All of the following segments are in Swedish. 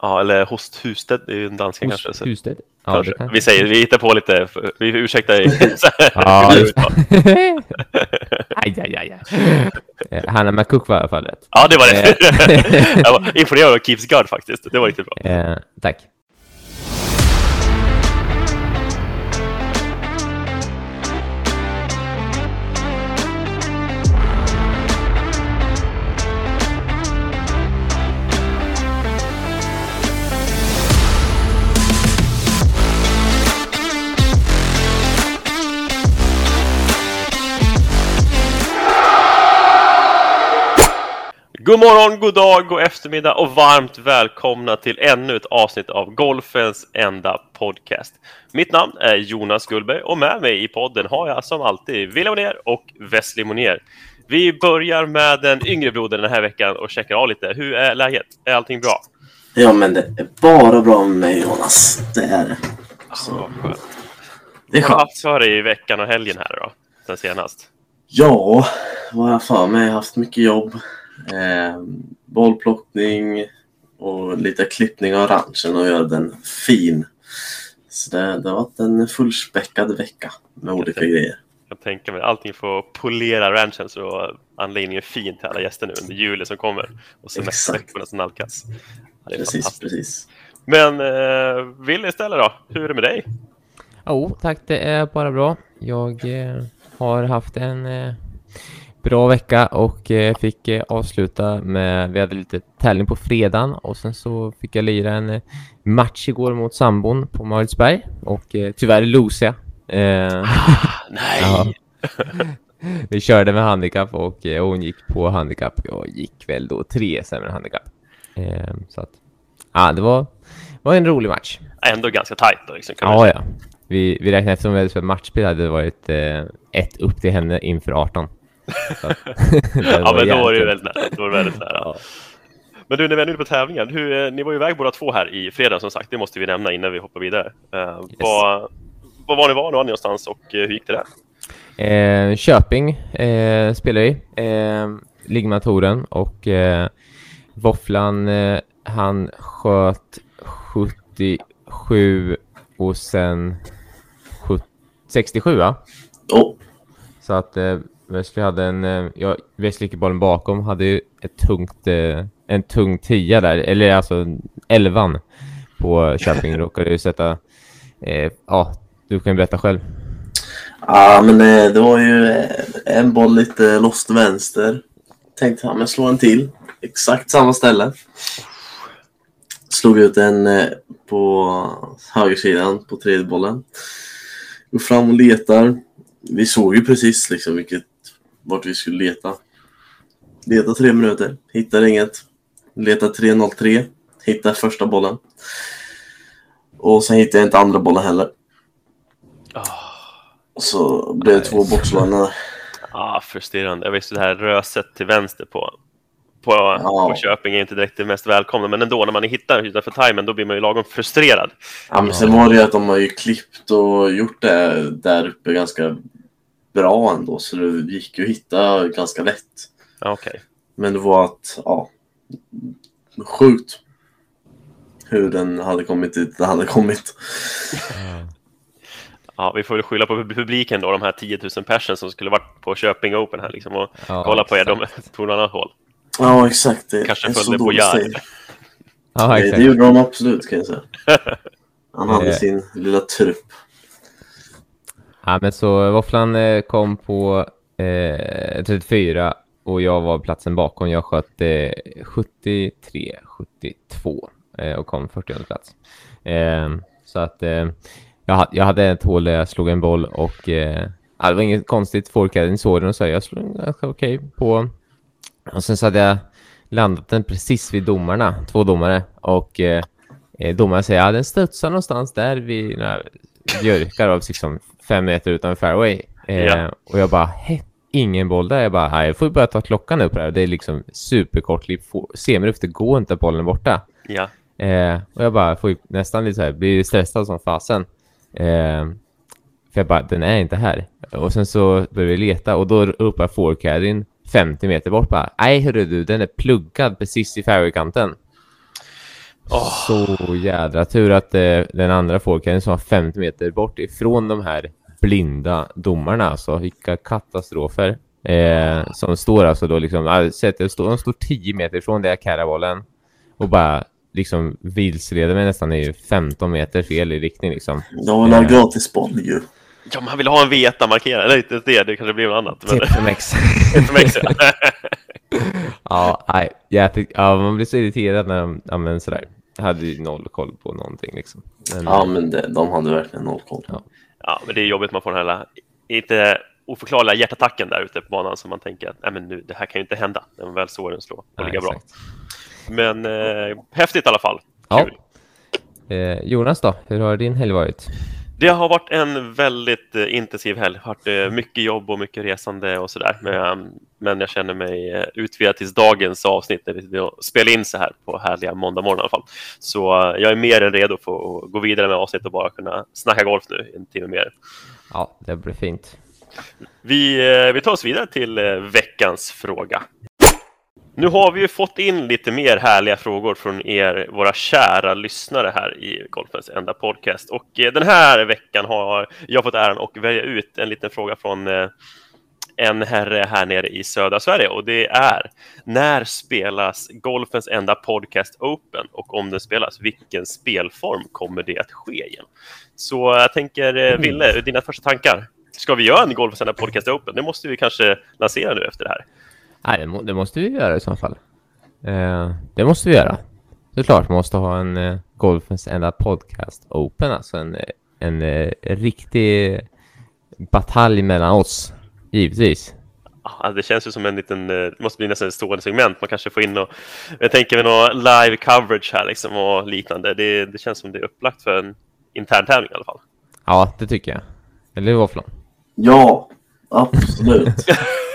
Ja, eller husted, det är ju en danska kanske. Husted? Ja, kanske. det kan. Vi hittar på lite, vi ursäktar. Ja, aj. Hanna McCook var i alla fall rätt. Ja, det var det. Jag var imponerad av Keeps Guard faktiskt. Det var riktigt bra. Tack. God morgon, god dag, god eftermiddag och varmt välkomna till ännu ett avsnitt av Golfens enda podcast. Mitt namn är Jonas Gullberg och med mig i podden har jag som alltid William Monier och Wesley Monier. Vi börjar med den yngre brodern den här veckan och checkar av lite. Hur är läget? Är allting bra? Ja, men det är bara bra med mig, Jonas. Det är det. Så skönt. Det är Vad har du skönt. haft för dig i veckan och helgen här då? Sen senast? Ja, vad har jag för mig? Jag har haft mycket jobb. Bollplockning och lite klippning av ranchen och göra den fin. Så det har varit en fullspäckad vecka med olika grejer. Jag tänker mig allting för att polera ranchen så anläggningen är fin till alla gäster nu under julen som kommer. Och semesterveckorna som nalkas. Ja, Precis. Men Will istället då? Hur är det med dig? Tack, det är bara bra. Jag har haft en bra vecka och fick avsluta med, vi hade lite tävling på fredagen och sen så fick jag lira en match igår mot sambon på Maritzberg och tyvärr losade jag. Nej! Ja. Vi körde med handikapp och hon gick på handikapp. Jag gick väl då 3 sämre handikapp. Så att, det var en rolig match. Ändå ganska tajt då liksom. Ja. Vi räknade efter om det matchspel hade varit ett upp till henne inför 18. Ja, men då var det ju väldigt nära. Det var väldigt nära. Ja. Men du, när vi är nu på tävlingen, ni var ju iväg båda två här i fredag som sagt. Det måste vi nämna innan vi hoppar vidare. Yes. Vad var ni någonstans och hur gick det där? Köping spelar vi. Liggmatoren och Våfflan han sköt 77 och sen 67 va? Så att Wesley hade Wesley gick bollen bakom, hade ju en tung 10 där, eller alltså 11 på Köping. Råkade ju sätta du kan berätta själv. Ja, men det var ju en boll lite lost vänster. Tänkte men slå en till. Exakt samma ställe. Slog ut en på högersidan på tredje bollen. Går fram och letar. Vi såg ju precis liksom vart vi skulle leta. Leta 3 minuter. Hittar inget. Leta 3.03. Hittar första bollen. Och sen hittade jag inte andra bollen heller. Så blev det 2 bortslagna. Frustrerande. Jag visste det här röset till vänster på Köping är inte direkt det mest välkomna. Men ändå när man hittar utanför timern då blir man ju lagom frustrerad. Ja, men sen var det ju att de har ju klippt och gjort det där uppe ganska bra ändå. Så det gick ju att hitta ganska lätt. Okej. Men det var sjukt hur den hade kommit dit. Den hade kommit. Ja, vi får väl skylla på publiken då, de här 10 000 personer som skulle varit på Köping Open här liksom och kolla på er, de tog någon annan håll. Ja, exakt. Det kanske är följde så på Jar. Ja, exakt. Det gjorde de absolut, kan jag säga. Han hade sin lilla trupp. Ja, men så Våfflan kom på 34 och jag var platsen bakom. Jag sköt 73-72 och kom 40:e plats. Så att jag hade ett hål där jag slog en boll och det var inget konstigt. Folk hade såg den och sa jag slog ganska okej på. Och sen så hade jag landat den precis vid domarna, 2 domare. Och domaren säger den studsar någonstans där vid några björkar av liksom 5 meter utanför fairway. Och jag bara, ingen boll där. Jag bara, jag får börja ta klockan upp här. Det är liksom superkort klipp. Semirufter går inte bollen borta. Ja. Och jag bara får nästan lite så här, blir stressad som fasen. För jag bara, den är inte här. Och sen så börjar vi leta och då ropar forecarryn 50 meter bort bara, nej hörru du, den är pluggad precis i fairwaykanten. Så jädra tur att den andra folken som var 50 meter bort ifrån de här blinda domarna. Alltså vilka katastrofer. Som står alltså då liksom, de står 10 meter ifrån det här karabollen och bara liksom vilsleder mig nästan i 15 meter fel i riktning liksom. De vill ha gratis boll ju. Ja, man vill ha en veta markerad. Eller inte det kanske blir något annat. TPMX. Ja, nej. Man blir så irriterad när de använder sådär. Jag hade ju noll koll på någonting liksom. Men de hade verkligen noll koll. Ja, men det är jobbigt, man får den här inte oförklarliga hjärtattacken där ute på banan, som man tänker att nej, men nu, det här kan ju inte hända när man väl såg den slå och ligga bra. Men häftigt i alla fall. Kul. Ja. Jonas då, hur har din helg varit? Det har varit en väldigt intensiv helg. Det har varit mycket jobb och mycket resande och sådär. Men jag känner mig utvilad tills dagens avsnitt när vi spelar in så här på härliga måndag morgon i alla fall. Så jag är mer än redo för att gå vidare med avsnitt och bara kunna snacka golf nu en timme mer. Ja, det blir fint. Vi tar oss vidare till veckans fråga. Nu har vi ju fått in lite mer härliga frågor från er, våra kära lyssnare här i Golfens enda podcast. Och den här veckan har jag fått äran att välja ut en liten fråga från en herre här nere i södra Sverige. Och det är: när spelas Golfens enda podcast Open? Och om den spelas, vilken spelform kommer det att ske igen? Så jag tänker, Ville, dina första tankar. Ska vi göra en Golfens enda podcast Open? Det måste vi kanske lansera nu efter det här. Nej, det måste vi göra i så fall. Det måste vi göra. Såklart måste ha en Golfens enda podcast Open. Alltså en riktig batalj mellan oss, givetvis. Ja, det känns ju som en liten, det måste bli nästan ett stående segment. Man kanske får in och jag tänker med någon live coverage här liksom och liknande. Det känns som det är upplagt för en intern tävling i alla fall. Ja, det tycker jag. Eller hur, Våfflon? Ja, absolut.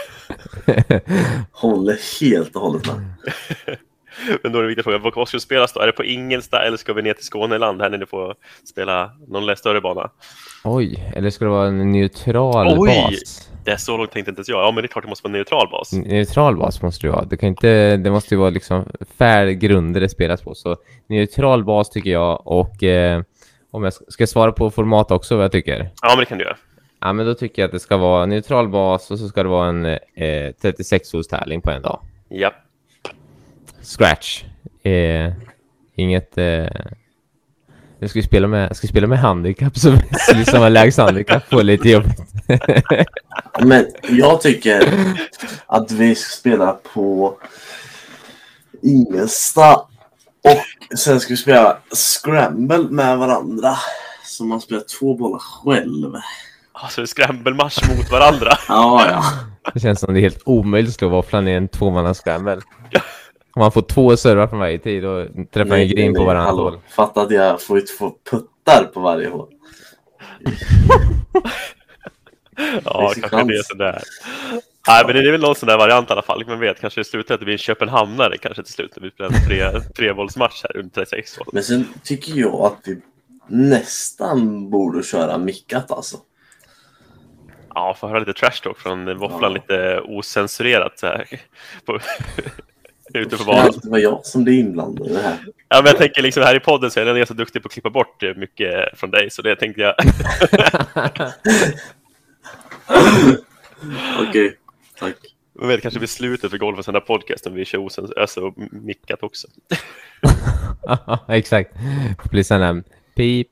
Håller helt och hållet med. Men då är det viktigt fråga, vad ska det spelas då? Är det på Ingelsta eller ska vi ner till Skåneland här när ni får spela någon större bana? Oj, eller ska det vara en neutral bas? Det är så långt tänkte inte ens jag. Ja, men det är klart det måste vara en neutral bas. Neutral bas måste det vara. Det måste ju vara liksom färd grunder det spelas på. Så neutral bas tycker jag. Och om jag ska svara på format också vad jag tycker. Ja, men det kan du göra. Ja, men då tycker jag att det ska vara neutral bas och så ska det vara en 36-håls tävling på en dag. Ja. Scratch. Inget... Jag ska spela med handikapp så liksom en lägst handikapp på lite jobbigt. Men jag tycker att vi ska spela på Ingelsta och sen ska vi spela scramble med varandra. Så man spelar 2 bollar själv. Alltså scramble-match mot varandra. Ja. Det känns som det är helt omöjligt att slå våfflan i en 2-manna scramble. Om man får 2 servar från varje tid och träffar en green på varandra håll. Fatta att jag får ju 2 puttar på varje håll. Ja, kanske det är sådär. Nej, men det är väl någon sån där variant i alla fall. Man vet, kanske i slutet att det blir en Köpenhamnare kanske till slut. När vi spelar en 3-bollsmatch här under 36 håll. Men sen tycker jag att vi nästan borde köra mickat alltså. Ja, får höra lite trash talk från våfflan, lite osensurerat så här. Ute på banan. Det var jag som blev inblandad i det här. Ja, men jag tänker liksom här i podden så är jag så duktig på att klippa bort mycket från dig, så det tänkte jag. Okej, tack. Man vet kanske blir slutet för Golfens enda podcast om vi kör osensurerat och mickat också. Exakt. Det blir sån här pip.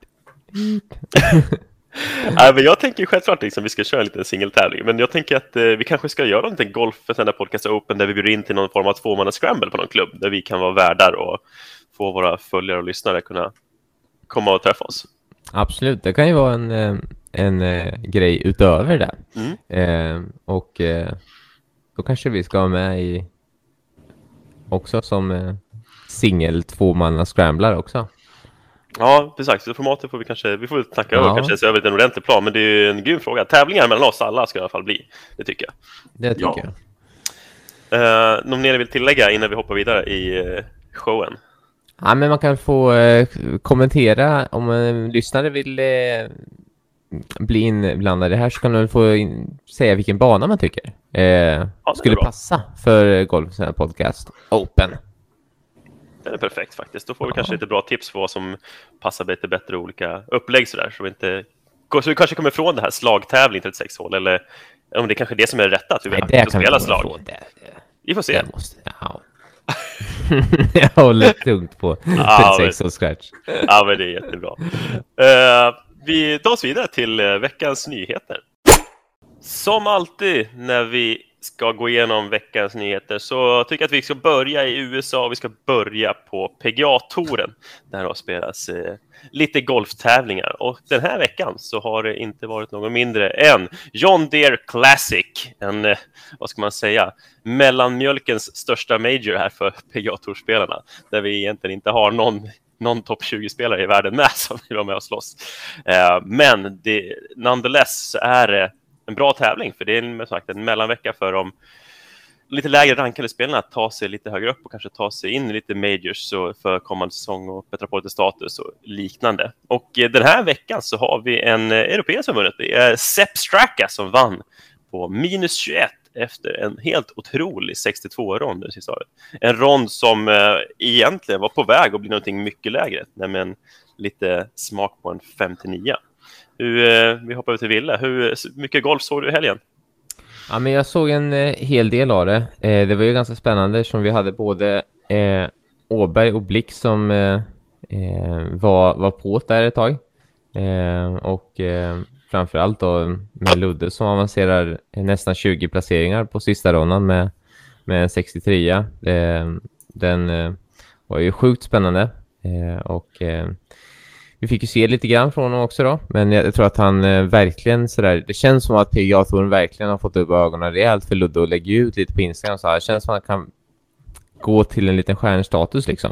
Nej, men jag tänker självklart liksom vi ska köra en liten singeltävling, men jag tänker att vi kanske ska göra en liten Golfens enda podcast Open där vi bjuder in till någon form av 2-manna scramble på någon klubb där vi kan vara värdar och få våra följare och lyssnare kunna komma och träffa oss. Absolut, det kan ju vara en grej utöver det. Och då kanske vi ska vara med i också som singel 2-manna scramblar också. Ja, precis. Så formatet får vi får snacka över, kanske se över en ordentlig plan, men det är ju en grym fråga. Tävlingar mellan oss alla ska i alla fall bli, det tycker jag. Det tycker jag. Någon mer vill tillägga innan vi hoppar vidare i showen? Ja, men man kan få kommentera om en lyssnare vill bli inblandad i det här, så kan man få säga vilken bana man tycker skulle passa för Golfens podcast Open. Den är perfekt faktiskt. Då får vi kanske lite bra tips på vad som passar lite bättre i olika upplägg sådär. Så vi kanske kommer ifrån det här slagtävling 36 hål. Eller om det är kanske det som är rätt att vi vill spela slag. Vi får se. Jag håller tungt på 36 hål scratch. Ja, men det är jättebra. Vi tar oss vidare till veckans nyheter. Som alltid när vi ska gå igenom veckans nyheter så tycker jag att vi ska börja i USA och vi ska börja på PGA-touren där det spelas lite golftävlingar. Och den här veckan så har det inte varit något mindre än John Deere Classic, en, vad ska man säga, mellanmjölkens största major här för PGA-tourspelarna, där vi egentligen inte har någon topp 20-spelare i världen med som vill vara med och slåss. Men nonetheless så är det en bra tävling, för det är med sagt en mellanvecka för de lite lägre rankade spelarna att ta sig lite högre upp och kanske ta sig in i lite majors så för kommande säsong och bättra på lite status och liknande. Och den här veckan så har vi en europé som vunnit. Det är Sepp Straka som vann på -21 efter en helt otrolig 62-rond det sista året. En rond som egentligen var på väg att bli någonting mycket lägre, nämligen lite smak på en 59. Vi hoppar ut till Ville. Hur mycket golf såg du i helgen? Ja, men jag såg en hel del av det. Det var ju ganska spännande som vi hade både Åberg och Blick som var på där ett tag. Och framförallt då med Ludde som avancerar nästan 20 placeringar på sista ronden med en 63. Den var ju sjukt spännande. Och vi fick ju se lite grann från honom också då. Men jag tror att han verkligen sådär... Det känns som att PGA-touren verkligen har fått upp ögonen rejält för Ludde och lägger ut lite på Instagram. Så här. Det känns som att han kan gå till en liten stjärnstatus liksom.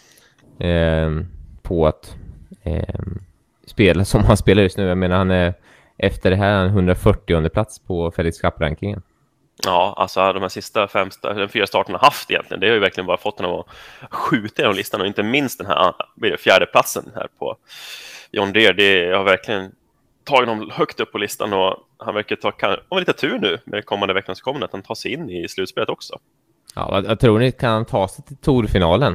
På att spela som han spelar just nu. Jag menar han är efter det här 140:e plats på FedEx Cup-rankingen. Ja, alltså de här sista 4 starterna haft egentligen. Det har ju verkligen bara fått honom att skjuta genom listan och inte minst den här fjärde platsen här på John Deere. Det har verkligen tagit honom högt upp på listan och han verkar ha lite tur nu med det kommande veckan som kommer att han tar sig in i slutspelet också. Ja, jag tror ni kan ta sig till tourfinalen.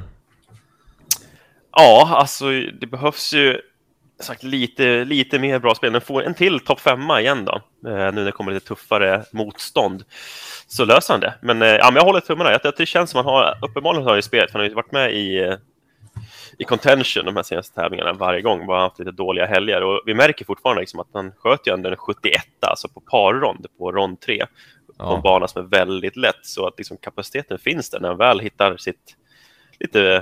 Ja, alltså det behövs ju sagt lite mer bra spel. Den får en till topp 5 igen då. Nu när det kommer lite tuffare motstånd så löser han det. Men jag håller tummarna. Det känns som att han har uppenbarligen har i spelet. Han har ju varit med i contention de här senaste tävlingarna varje gång. Bara haft lite dåliga helger. Och vi märker fortfarande liksom att han sköt ju ändå en 71, alltså på parrond på rond 3. På en bana som är väldigt lätt. Så att liksom kapaciteten finns där när han väl hittar sitt lite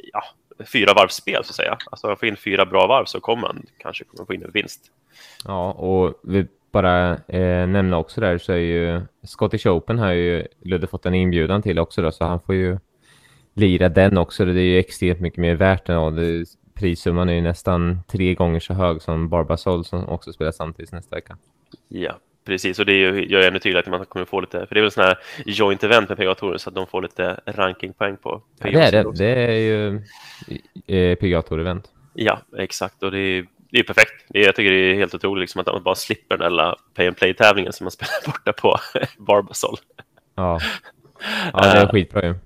4 varvsspel så att säga. Alltså han får in 4 bra varv så kommer han kanske få in en vinst. Ja, och vi bara nämna också där så är ju Scottish Open har ju Ludde fått en inbjudan till också då, så han får ju lira den också. Det är ju extremt mycket mer värt än prissumman är ju nästan 3 gånger så hög som Barbasol som också spelar samtidigt nästa vecka. Ja, precis. Och det gör ännu tydligt att man kommer få lite, för det är väl sån här joint event med PGA-touren så att de får lite rankingpoäng på PGA. Ja, det är ju PGA-tour-event. Ja, exakt. Och det är perfekt. Jag tycker det är helt otroligt liksom, att man bara slipper den där pay-and-play-tävlingen som man spelar borta på Barbasol. Ja, det är skitbra ju.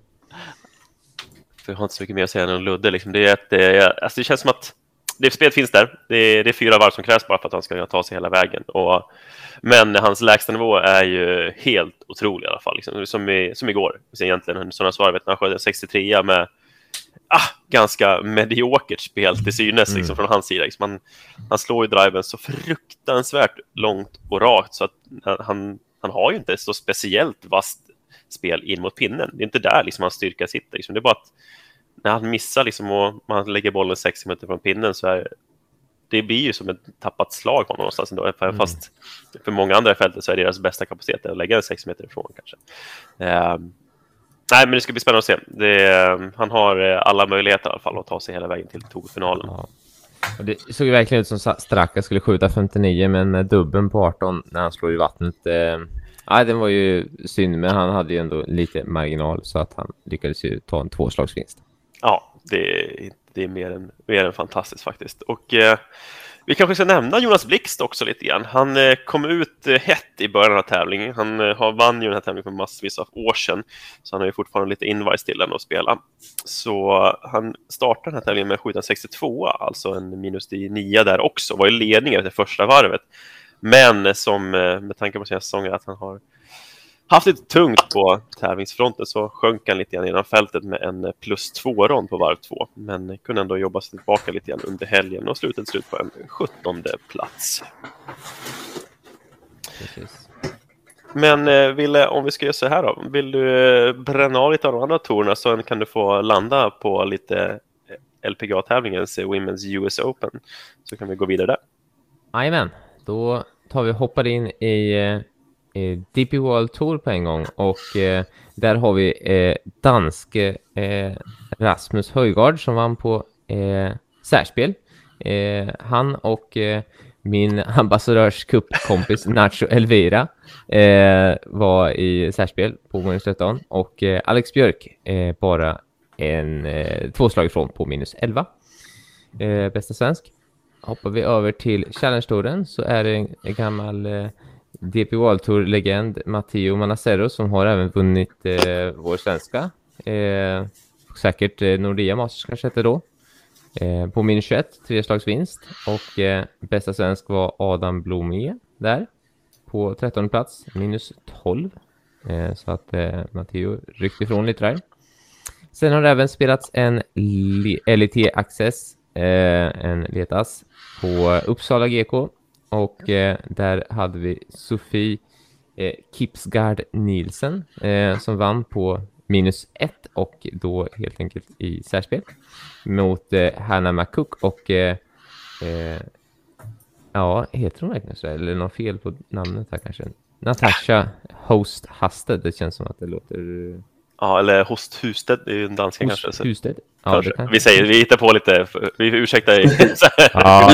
För jag har inte så mycket mer att säga än Ludde. Liksom. Det känns som att det spelet finns där. Det är 4 varv som krävs bara för att han ska ta sig hela vägen. Men hans lägsta nivå är ju helt otrolig i alla fall. Liksom. Som igår. Egentligen sådana svar vet han sköt 63 med ganska mediokert spel till synes liksom, från hans sida. Liksom. Han slår ju driven så fruktansvärt långt och rakt så att han har ju inte så speciellt vast spel in mot pinnen. Det är inte där liksom hans styrka sitter. Liksom. Det är bara att när han missar liksom, och man lägger bollen 60 meter från pinnen så det blir ju som ett tappat slag på honom någonstans ändå. Fast för många andra i fältet så är deras bästa kapacitet att lägga 6 meter ifrån kanske. Nej, men det ska bli spännande att se. Han har alla möjligheter i alla fall att ta sig hela vägen till tourfinalen. Ja. Och det såg ju verkligen ut som Straka skulle skjuta 59 men dubben på 18 när han slår i vattnet. Den var ju synd, men han hade ju ändå lite marginal så att han lyckades ju ta en 2-slagsvinst. Ja, det är mer än fantastiskt faktiskt. Och vi kanske ska nämna Jonas Blixt också lite grann. Han kom ut hett i början av tävlingen. Han vann ju den här tävlingen för massvis av år sedan. Så han har ju fortfarande lite invites till den att spela. Så han startade den här tävlingen med 762, alltså en minus 9 där också. Var i ledning efter första varvet. Men som med tanke på sina säsonger att han har haft lite tungt på tävlingsfronten så sjönk han lite grann innan fältet med en +2 rond på varv 2. Men kunde ändå jobba sig tillbaka lite grann under helgen och slutade slut på en 17:e plats. Precis. Men om vi ska göra så här då, vill du bränna av lite av de andra tourerna så kan du få landa på lite LPGA-tävlingens Women's US Open. Så kan vi gå vidare där. Jajamän, då tar vi och hoppar in i DP World Tour på en gång och där har vi danske Rasmus Højgaard som vann på särspel. Han och min ambassadörscupkompis Nacho Elvira var i särspel på minus 13 och Alex Björk bara en 2 slag ifrån på minus 11. Bästa svensk. Hoppar vi över till Challenge-touren så är det en gammal DP World Tour-legend Matteo Manassero som har även vunnit vår svenska. Säkert Nordea Masters kanske hette då. På minus 21, 3 slags vinst. Och bästa svensk var Adam Blomé där. På 13 plats, minus 12. Så att Matteo ryckte ifrån lite där. Sen har det även spelats en LIT Access, en letas på Uppsala GK. Och där hade vi Sofie Kipsgaard Nielsen som vann på minus 1 och då helt enkelt i särspel mot Hannah McCook och ja, heter hon verkligen så? Eller något fel på namnet här kanske? Natasha Host Husted, det känns som att det låter... Ja, eller Host Husted, det är ju en danska kanske. Husted? Ja, vi hittar på lite, vi ursäktar. Ja,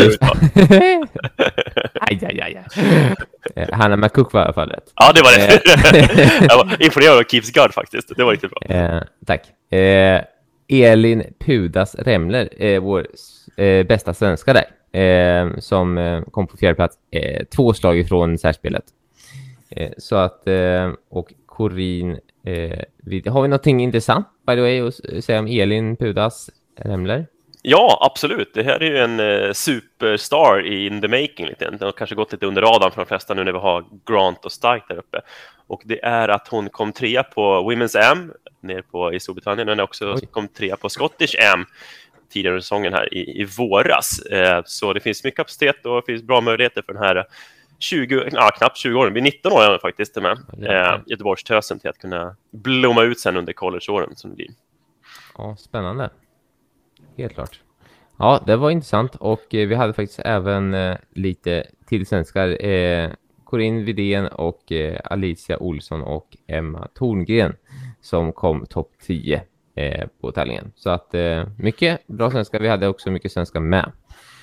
aj. Hannah McCook var i alla fall rätt. Ja, det var det. Jag var imponerad av Kipsgaard faktiskt, det var riktigt bra. Tack. Elin Pudas Remler, vår bästa svenska där, som kom på 4:e plats, 2 slag ifrån särspelet. Så att, och Corinne, har vi någonting intressant by the way att säga om Elin Pudas Remler? Ja, absolut. Det här är ju en superstar in the making lite. Den har kanske gått lite under radarn för de flesta nu när vi har Grant och Stark där uppe. Och det är att hon kom 3 på Women's Am nere i Storbritannien. Men också kom 3 på Scottish Am tidigare i säsongen här i våras. Så det finns mycket kapacitet och det finns bra möjligheter för den här knappt 20 år, vi är 19 år faktiskt med Göteborgstösen till att kunna blomma ut sen under collegeåren som det blir. Ja, spännande. Helt klart. Ja, det var intressant och vi hade faktiskt även lite till svenskar. Corinne Widén och Alicia Olsson och Emma Torngren som kom topp 10 på tävlingen. Så att mycket bra svenskar. Vi hade också mycket svenskar med.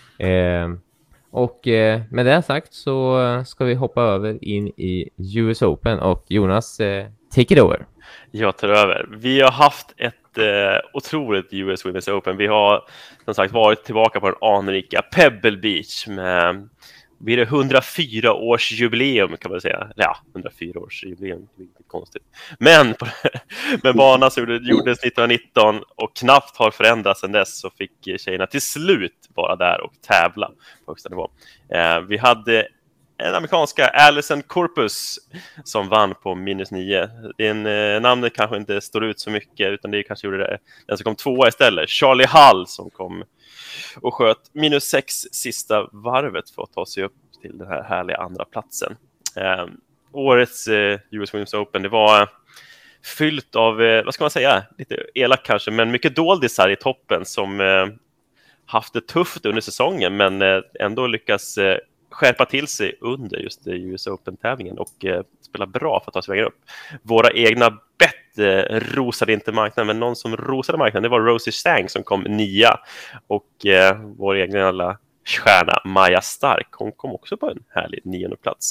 Och med det sagt så ska vi hoppa över in i US Open och Jonas, take it over. Jag tar över. Vi har haft ett otroligt US Women's Open. Vi har som sagt varit tillbaka på den anrika Pebble Beach med blir det 104-årsjubileum kan man säga. Ja, 104-årsjubileum, det är lite konstigt. Men med banan som gjordes 1919 och knappt har förändrats sedan dess så fick tjejerna till slut vara där och tävla på högsta nivå. Vi hade en amerikanska Alison Corpus som vann på minus 9. Namnet kanske inte står ut så mycket utan det kanske gjorde det. Den som kom 2 istället. Charlie Hull som kom och sköt minus 6 sista varvet för att ta sig upp till den här härliga andra platsen. Årets US Women's Open, det var fyllt av, vad ska man säga, lite elak kanske, men mycket doldisar i toppen som haft det tufft under säsongen men ändå lyckas skärpa till sig under just US Open-tävlingen och spela bra för att ta sig vägen upp. Våra egna bett rosade inte marknaden, men någon som rosade marknaden det var Rosie Stang som kom 9 och vår egen alla stjärna Maja Stark, hon kom också på en härlig 9:e plats.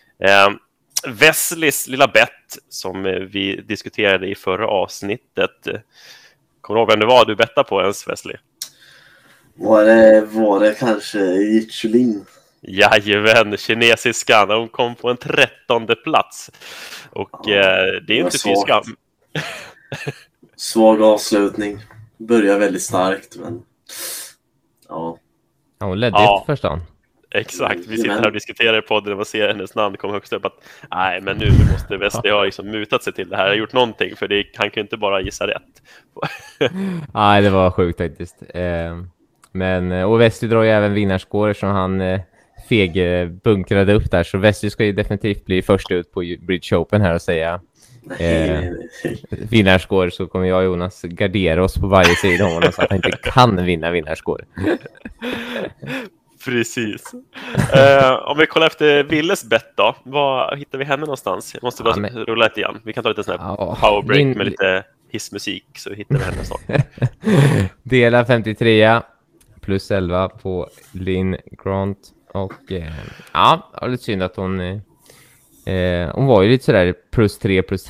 Wesleys lilla bett som vi diskuterade i förra avsnittet, kommer du ihåg vem det var du bettade på ens, Wesley? Var det kanske Jitchulin? Jajamän, kinesiskan. De kom på en 13:e plats. Och det är inte så skam. Svag avslutning. Börjar väldigt starkt, men ja. Ja, hon ledde inte första dagen. Exakt, vi sitter här och diskuterar i podden och ser hennes namn komma högst upp att nej, men nu måste Westi ha liksom mutat sig till det här. Jag har gjort någonting, för han kan ju inte bara gissa rätt. Nej, det var sjukt faktiskt. Och Westi drar ju även vinnarskår som han bunkrade upp där. Så Westi ska ju definitivt bli först ut på Bridge Open här och säga vinnarskår, så kommer jag och Jonas gardera oss på varje sida om honom så att han inte kan vinna vinnarskår. Precis. Om vi kollar efter Willes bett då, var hittar vi henne någonstans? Jag måste bara rulla lite igen. Vi kan ta lite sån här powerbreak med lite hissmusik, så hittar vi henne snart. Dela 53 plus 11 på Lynn Grant. Och ja, det är lite synd att hon var ju lite sådär plus 3 plus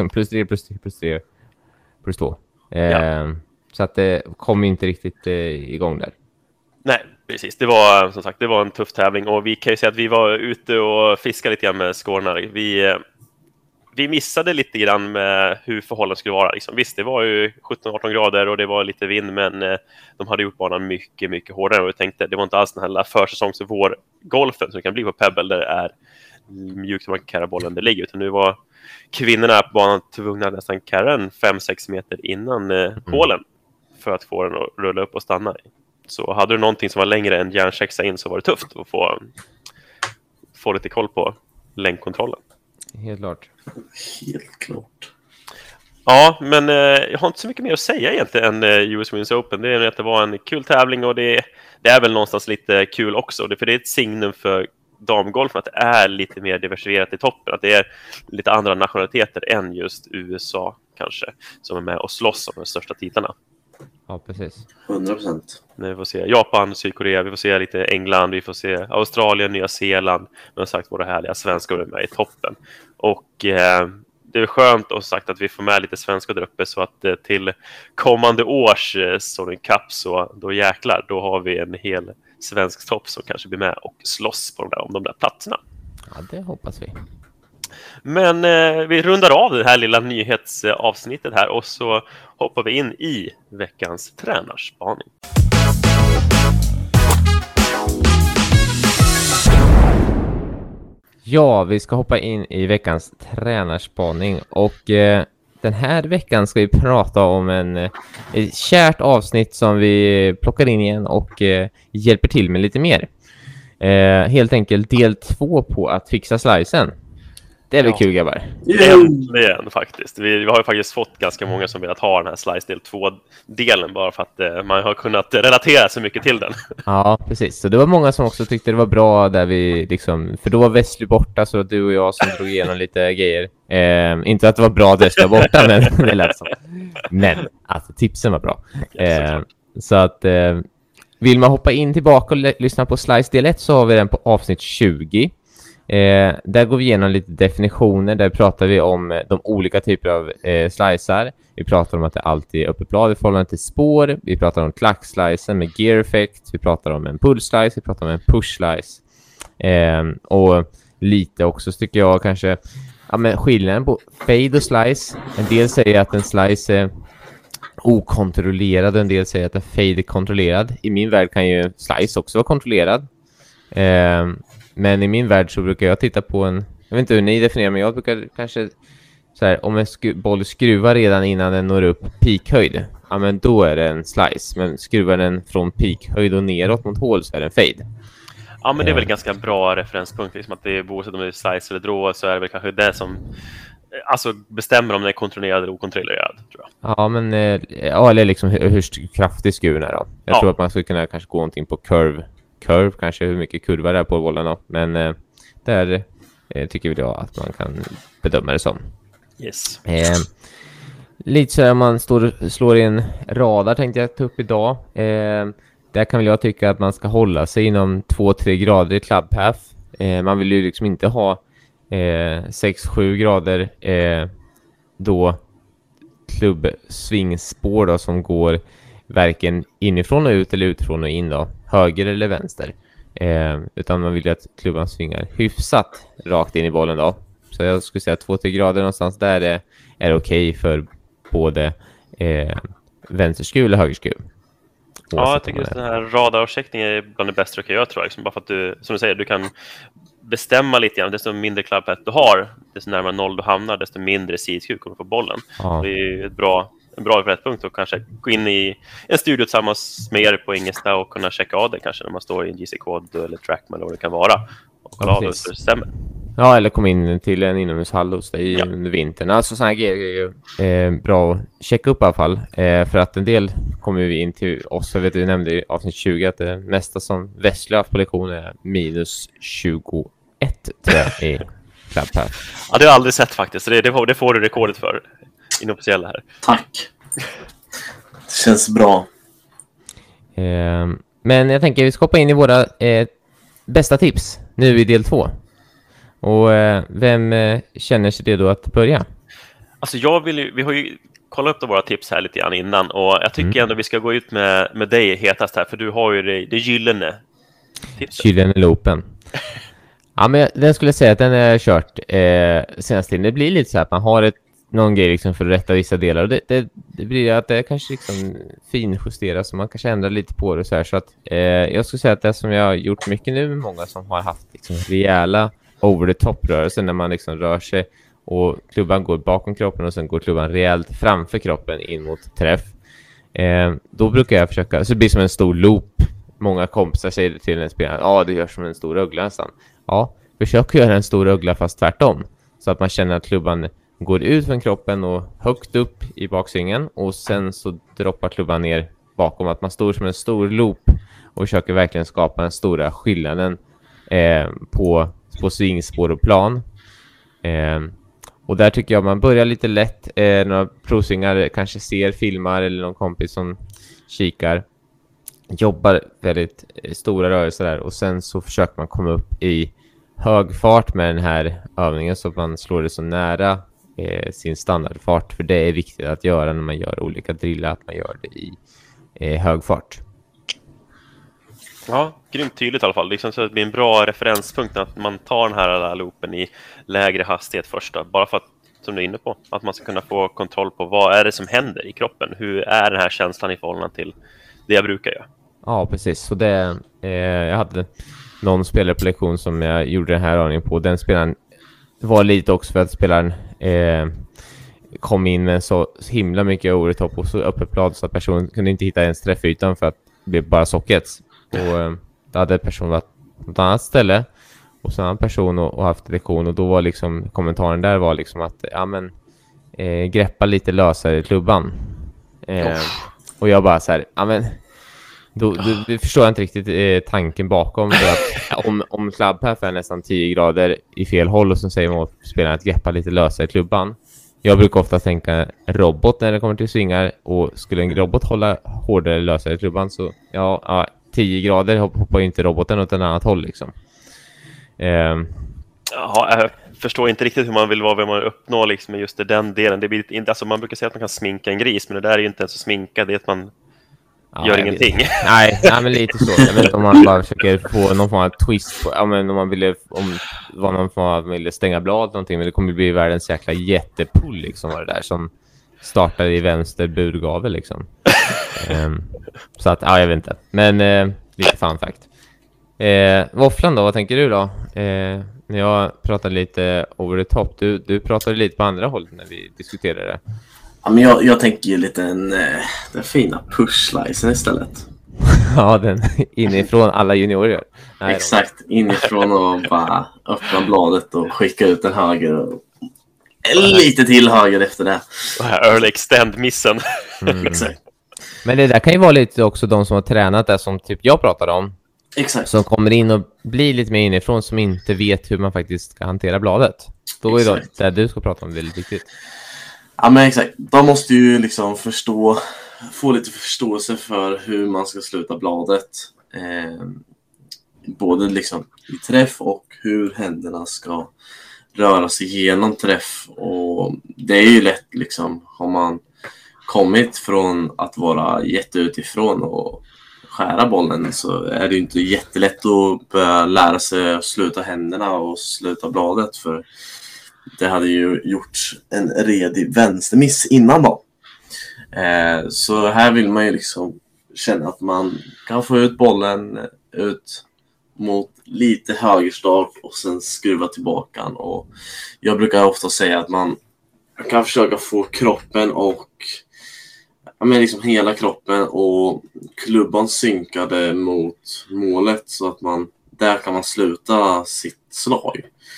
2. Så att det kom inte riktigt igång där. Nej, precis. Det var som sagt, det var en tuff tävling, och vi kan ju säga att vi var ute och fiskade lite grann med skårna. Vi missade lite grann med hur förhållandet skulle vara. Liksom. Visst, det var ju 17-18 grader och det var lite vind, men de hade gjort banan mycket, mycket hårdare. Och jag tänkte, det var inte alls den här försäsongs- och vårgolfen som det kan bli på Pebble, där det är mjukt man kan karra bollen det ligger. Utan nu var kvinnorna på banan tvungna nästan karra 5-6 meter innan hålen för att få den att rulla upp och stanna. Så hade du någonting som var längre än järnsexa in, så var det tufft att få lite koll på längdkontrollen. Helt klart. Helt klart. Ja, men jag har inte så mycket mer att säga egentligen än US Women's Open. Det är att det var en kul tävling, och det är väl någonstans lite kul också. För det är ett signum för damgolfen att det är lite mer diversifierat i toppen. Att det är lite andra nationaliteter än just USA kanske, som är med och slåss om de största titlarna. Ja, precis. 100%. Vi får se Japan, Sydkorea, vi får se lite England, vi får se Australien, Nya Zeeland. Men sagt, våra härliga svenskar är med i toppen. Och det är skönt och sagt att vi får med lite svenskar där uppe, så att till kommande års Solheim Cup, så då jäklar, då har vi en hel svensk topp som kanske blir med och slåss på om de där platserna. Ja, det hoppas vi. Men vi rundar av det här lilla nyhetsavsnittet här, och så hoppar vi in i veckans tränarspaning. Ja, vi ska hoppa in i veckans tränarspaning, och den här veckan ska vi prata om ett kärt avsnitt som vi plockar in igen och hjälper till med lite mer. Helt enkelt del 2 på att fixa slicen. Det är väl kul, grabbar? Äntligen faktiskt. Vi har ju faktiskt fått ganska många som velat ha den här Slice del 2-delen, bara för att man har kunnat relatera så mycket till den. Ja, precis. Så det var många som också tyckte det var bra där vi liksom, för då var Wesley borta, så du och jag som drog igenom lite grejer. Inte att det var bra att Wesley var borta, men det lät så. Men att tipsen var bra. Så att vill man hoppa in tillbaka och lyssna på Slice del 1, så har vi den på avsnitt 20. Där går vi igenom lite definitioner. Där pratar vi om de olika typer av slicer. Vi pratar om att det alltid är öppet blad i förhållande till spår. Vi pratar om klackslicen med gear effect. Vi pratar om en pull slice. Vi pratar om en push slice. Och lite också tycker jag kanske, ja, men skillnaden på fade och slice. En del säger att en slice är okontrollerad, en del säger att en fade är kontrollerad. I min värld kan ju slice också vara kontrollerad. Men i min värld så brukar jag titta på jag vet inte hur ni definierar, men jag brukar kanske så här, om en boll skruvar redan innan den når upp peakhöjd, ja, men då är det en slice. Men skruvar den från peakhöjd och neråt mot hål, så är det en fade. Ja, men det är väl ganska bra referenspunkt, liksom, att det är oavsett om det är slice eller draw, så är det väl kanske det som bestämmer om den är kontrollerad eller okontrollerad, tror jag. Ja, men eller liksom hur kraftig skruven är då. Jag tror att man skulle kunna kanske gå någonting på curve, kanske hur mycket kurva det är på bollen då. Men där tycker vi då att man kan bedöma det som. Yes. Lite så här, om man slår i en radar, tänkte jag ta upp idag. Där kan väl jag tycka att man ska hålla sig inom 2-3 grader i club path. Man vill ju liksom inte ha 6-7 grader då klubbsvingspår då, som går varken inifrån och ut eller utifrån och in då, höger eller vänster. Utan man vill ju att klubban svingar hyfsat rakt in i bollen då. Så jag skulle säga 2-3 grader någonstans där är okej för både vänsterskruv eller högerskruv. Ja, jag tycker att den här radarcheckningen är bland det bästa du kan göra, tror jag. Liksom, bara för att du, som du säger, du kan bestämma lite grann. Desto mindre clubhead du har, desto närmare noll du hamnar, desto mindre sidskruv kommer du få bollen. Ja. Det är ju en bra rättpunkt att kanske gå in i en studio tillsammans med er på Ingelsta och kunna checka av det kanske när man står i en GC-kod eller Trackman eller vad det kan vara. Och kolla av det stämmer. Ja, eller kom in till en inomhushall hos dig under vintern. Alltså sådana grejer är ju bra att checka upp i alla fall. För att en del kommer vi in till oss. Jag vet, du nämnde i avsnitt 20 att det mesta som Vestlö haft på lektion är minus 21 tror jag i Clubpath. Ja, det har jag aldrig sett faktiskt. Det får du rekordet för inofficiella här. Tack. Det känns bra. Men jag tänker vi ska hoppa in i våra bästa tips nu i del 2. Och vem känner sig det då att börja? Alltså vi har ju kollat upp våra tips här lite grann innan, och jag tycker ändå vi ska gå ut med dig hetast här, för du har ju det gyllene tipset. Gyllene loopen. Ja, men den skulle säga att den är kört senast till. Det blir lite så här att man har någon grej liksom för att rätta vissa delar, och det blir att det kanske liksom finjusteras, så man kanske ändrar lite på det så här. Så att jag skulle säga att det som jag har gjort mycket nu med många som har haft liksom rejäla over-the-top-rörelser när man liksom rör sig och klubban går bakom kroppen och sen går klubban rejält framför kroppen in mot träff. Då brukar jag försöka, så det blir som en stor loop. Många kompisar säger till en spelare, det gör som en stor ögla nästan. Ja, försök göra en stor ögla fast tvärtom. Så att man känner att klubban går ut från kroppen och högt upp i baksvingen, och sen så droppar klubban ner bakom. Att man står som en stor loop och försöker verkligen skapa den stora skillnaden på svingspår och plan. Och där tycker jag man börjar lite lätt. Några provsvingar kanske ser, filmar eller någon kompis som kikar. Jobbar väldigt stora rörelser där, och sen så försöker man komma upp i hög fart med den här övningen så att man slår det så nära sin standardfart. För det är viktigt att göra när man gör olika drillar, att man gör det i hög fart. Ja, grymt tydligt i alla fall. Liksom så att det blir en bra referenspunkt att man tar den här loopen i lägre hastighet först. Bara för att, som du är inne på, att man ska kunna få kontroll på vad är det som händer i kroppen. Hur är den här känslan i förhållande till det jag brukar göra? Ja, precis. Så det, jag hade någon spelare på lektion som jag gjorde den här övningen på. Den spelaren var lite också för att spelaren kom in med så himla mycket overtopp och så öppet blad så att personen kunde inte hitta ens träffytan för att det blev bara sockets. Och då hade personen varit på ett annat ställe och så annan person och haft lektion, och då var liksom kommentaren där var liksom att greppa lite lösare i klubban. Och jag bara så här, då förstår jag inte riktigt tanken bakom det, att om clubpath är nästan 10 grader i fel håll och så säger man åt spelaren att greppa lite lösare i klubban. Jag brukar ofta tänka robot när det kommer till svingar, och skulle en robot hålla hårdare lösare i klubban så 10 grader hoppar ju inte roboten åt ett annat håll liksom. Jag förstår inte riktigt hur man vill uppnå liksom med just den delen. Det blir inte, alltså man brukar säga att man kan sminka en gris, men det där är ju inte ens att sminka, det är att man gör ingenting. Nej, men lite så. Jag vet inte om man bara försöker få någon form av twist på, men om man ville ville stänga blad någonting, men det kommer bli världens jäkla jättepull liksom, var det där som startar i vänster burgavel liksom. Så att, jag vet inte. Men lite fun fact. Våfflan då, vad tänker du då? När jag pratade lite over the top, du pratade lite på andra håll när vi diskuterade det. Ja, men jag tänker ju lite den fina push-slicen istället. Ja, den inifrån alla juniorer. Nej, exakt, inifrån och bara öppna bladet och skicka ut den höger och lite till höger efter det. Early extend-missen. Exakt. Men det där kan ju vara lite också de som har tränat där som typ jag pratade om. Exakt. Som kommer in och blir lite mer inifrån, som inte vet hur man faktiskt ska hantera bladet. Då är det du ska prata om väldigt viktigt. Ja, men exakt. De måste ju liksom få lite förståelse för hur man ska sluta bladet. Både liksom i träff och hur händerna ska röra sig igenom träff. Och det är ju lätt liksom, har man kommit från att vara jätteutifrån och skära bollen så är det ju inte jättelätt att börja lära sig att sluta händerna och sluta bladet, för det hade ju gjort en redig vänstermiss innan då. Så här vill man ju liksom känna att man kan få ut bollen ut mot lite högerslag och sen skruva tillbaka. Och jag brukar ofta säga att man kan försöka få kroppen och liksom hela kroppen och klubban synkade mot målet, så att där kan man sluta sitt slag.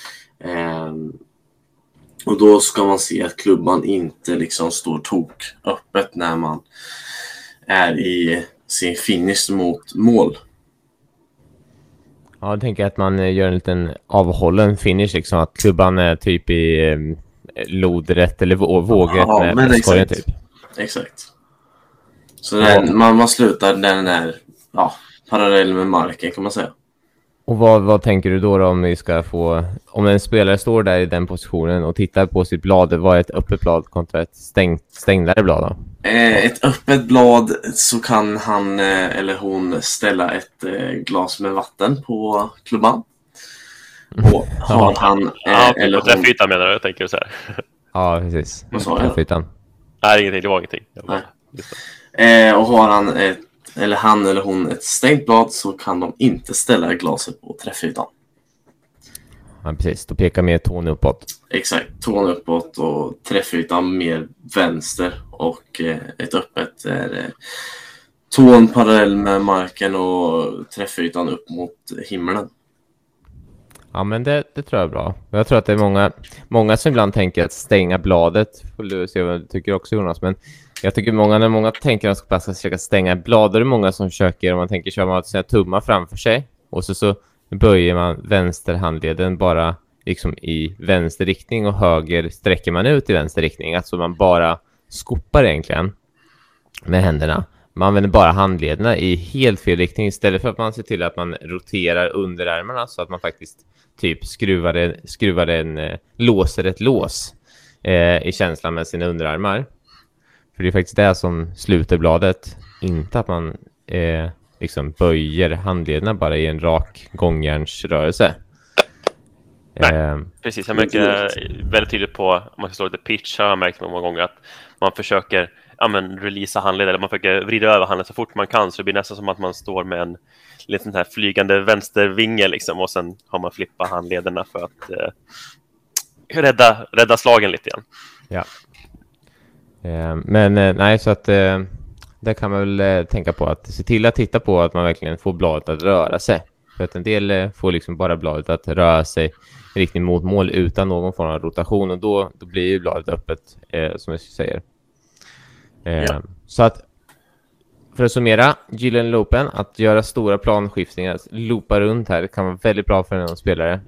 Och då ska man se att klubban inte liksom står tok öppet när man är i sin finish mot mål. Ja, jag tänker att man gör en liten avhållen finish, liksom att klubban är typ i lodrätt eller vågrätt med skojen typ. Exakt. Så man slutar där den är parallell med marken, kan man säga. Och vad tänker du då om vi ska få, om en spelare står där i den positionen och tittar på sitt blad, vad är ett öppet blad kontra ett stängdare blad då? Ett öppet blad, så kan han eller hon ställa ett glas med vatten på klubban. Och har han eller hon... Träffytan menar du, jag tänker så här. Ja, precis. Vad sa jag? Träffytan. Nej, ingenting, det var ingenting. Och har han eller hon ett stängt blad, så kan de inte ställa glaset på träffytan. Ja, precis. Då pekar mer tån uppåt. Exakt, tån uppåt och träffytan mer vänster. Och ett öppet är tån parallell med marken och träffytan upp mot himlen. Ja, men det tror jag är bra. Jag tror att det är många som ibland tänker att stänga bladet. Får du se vad du tycker också, Jonas. Men jag tycker när många tänker att man ska försöka stänga blad, är det många som försöker, om man tänker köra man sina tummar framför sig. Och så böjer man vänsterhandleden bara liksom i vänster riktning och höger sträcker man ut i vänster riktning. Alltså man bara skopar egentligen med händerna. Man använder bara handlederna i helt fel riktning, istället för att man ser till att man roterar underarmarna så att man faktiskt typ låser ett lås i känslan med sina underarmar. För det är faktiskt det som sluter bladet, inte att man liksom böjer handlederna bara i en rak gångjärnsrörelse. Nej, precis. Jag märker väldigt tydligt på, om man ska slå lite pitch, har jag märkt många gånger att man försöker releasa handled, eller man försöker vrida över handled så fort man kan, så det blir nästan som att man står med en liten här flygande vänstervinge liksom, och sen har man flippat handlederna för att rädda slagen lite igen. Ja. Men nej, så att där kan man väl tänka på att se till att titta på att man verkligen får bladet att röra sig. För att en del får liksom bara bladet att röra sig i riktning mot mål utan någon form av rotation, och då blir ju bladet öppet, som jag säger. Ja. Så att för att summera, Gillen loopen, att göra stora planskiftningar, loopa runt här, kan vara väldigt bra för en spelare.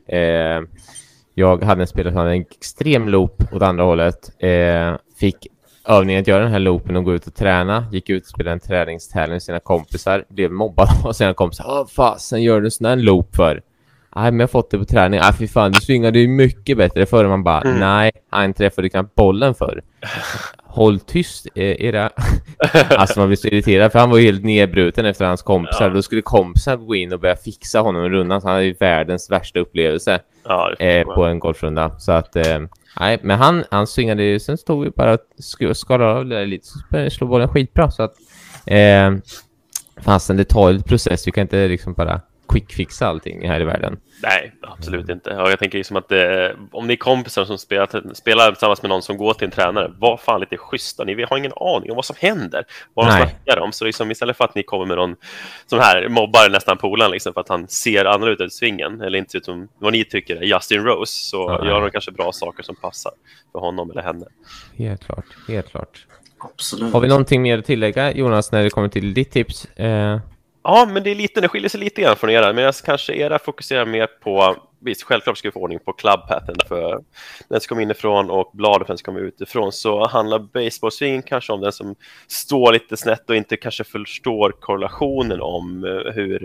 Jag hade en spelare som hade en extrem loop åt andra hållet. Fick övningen att göra den här loopen och gå ut och träna. Gick ut och spelade en träningstävling med sina kompisar. Blev mobbad av sina kompisar. Fasen, gör du en sån här loop för? Nej, men jag har fått det på träning. Fy fan, du svingade ju mycket bättre förr. Man bara, nej, han träffade knappt bollen för. Håll tyst, era... Alltså man blir så irriterad, för han var ju helt nedbruten efter hans kompisar. Ja. Då skulle kompisar gå in och börja fixa honom i rundan. Så han hade ju världens värsta upplevelse på en golfrunda. Så att, nej, men han svingade ju. Sen stod vi bara och skalade av lite. Så började slå bollen skitbra. Så att, fastän det tar ett process. Vi kan inte liksom bara quick-fixa allting här i världen. Nej, absolut inte. Och jag tänker liksom att om ni är kompisar som spelar tillsammans med någon som går till en tränare, var fan lite schyssta. Ni har ingen aning om vad som händer. Vad de snackar om. Så liksom, istället för att ni kommer med någon sån här mobbar nästan polan liksom, för att han ser annorlunda ut i svingen, eller inte ut som vad ni tycker är Justin Rose, så gör de kanske bra saker som passar för honom eller henne. Helt klart. Absolut. Har vi någonting mer att tillägga, Jonas, när det kommer till ditt tips? Ja, men det skiljer sig lite grann från era. Men kanske era fokuserar mer på, visst, självklart ska vi få ordning på clubpatten, för den som kommer inifrån och bladet som kommer utifrån. Så handlar baseballsving kanske om den som står lite snett och inte kanske förstår korrelationen om hur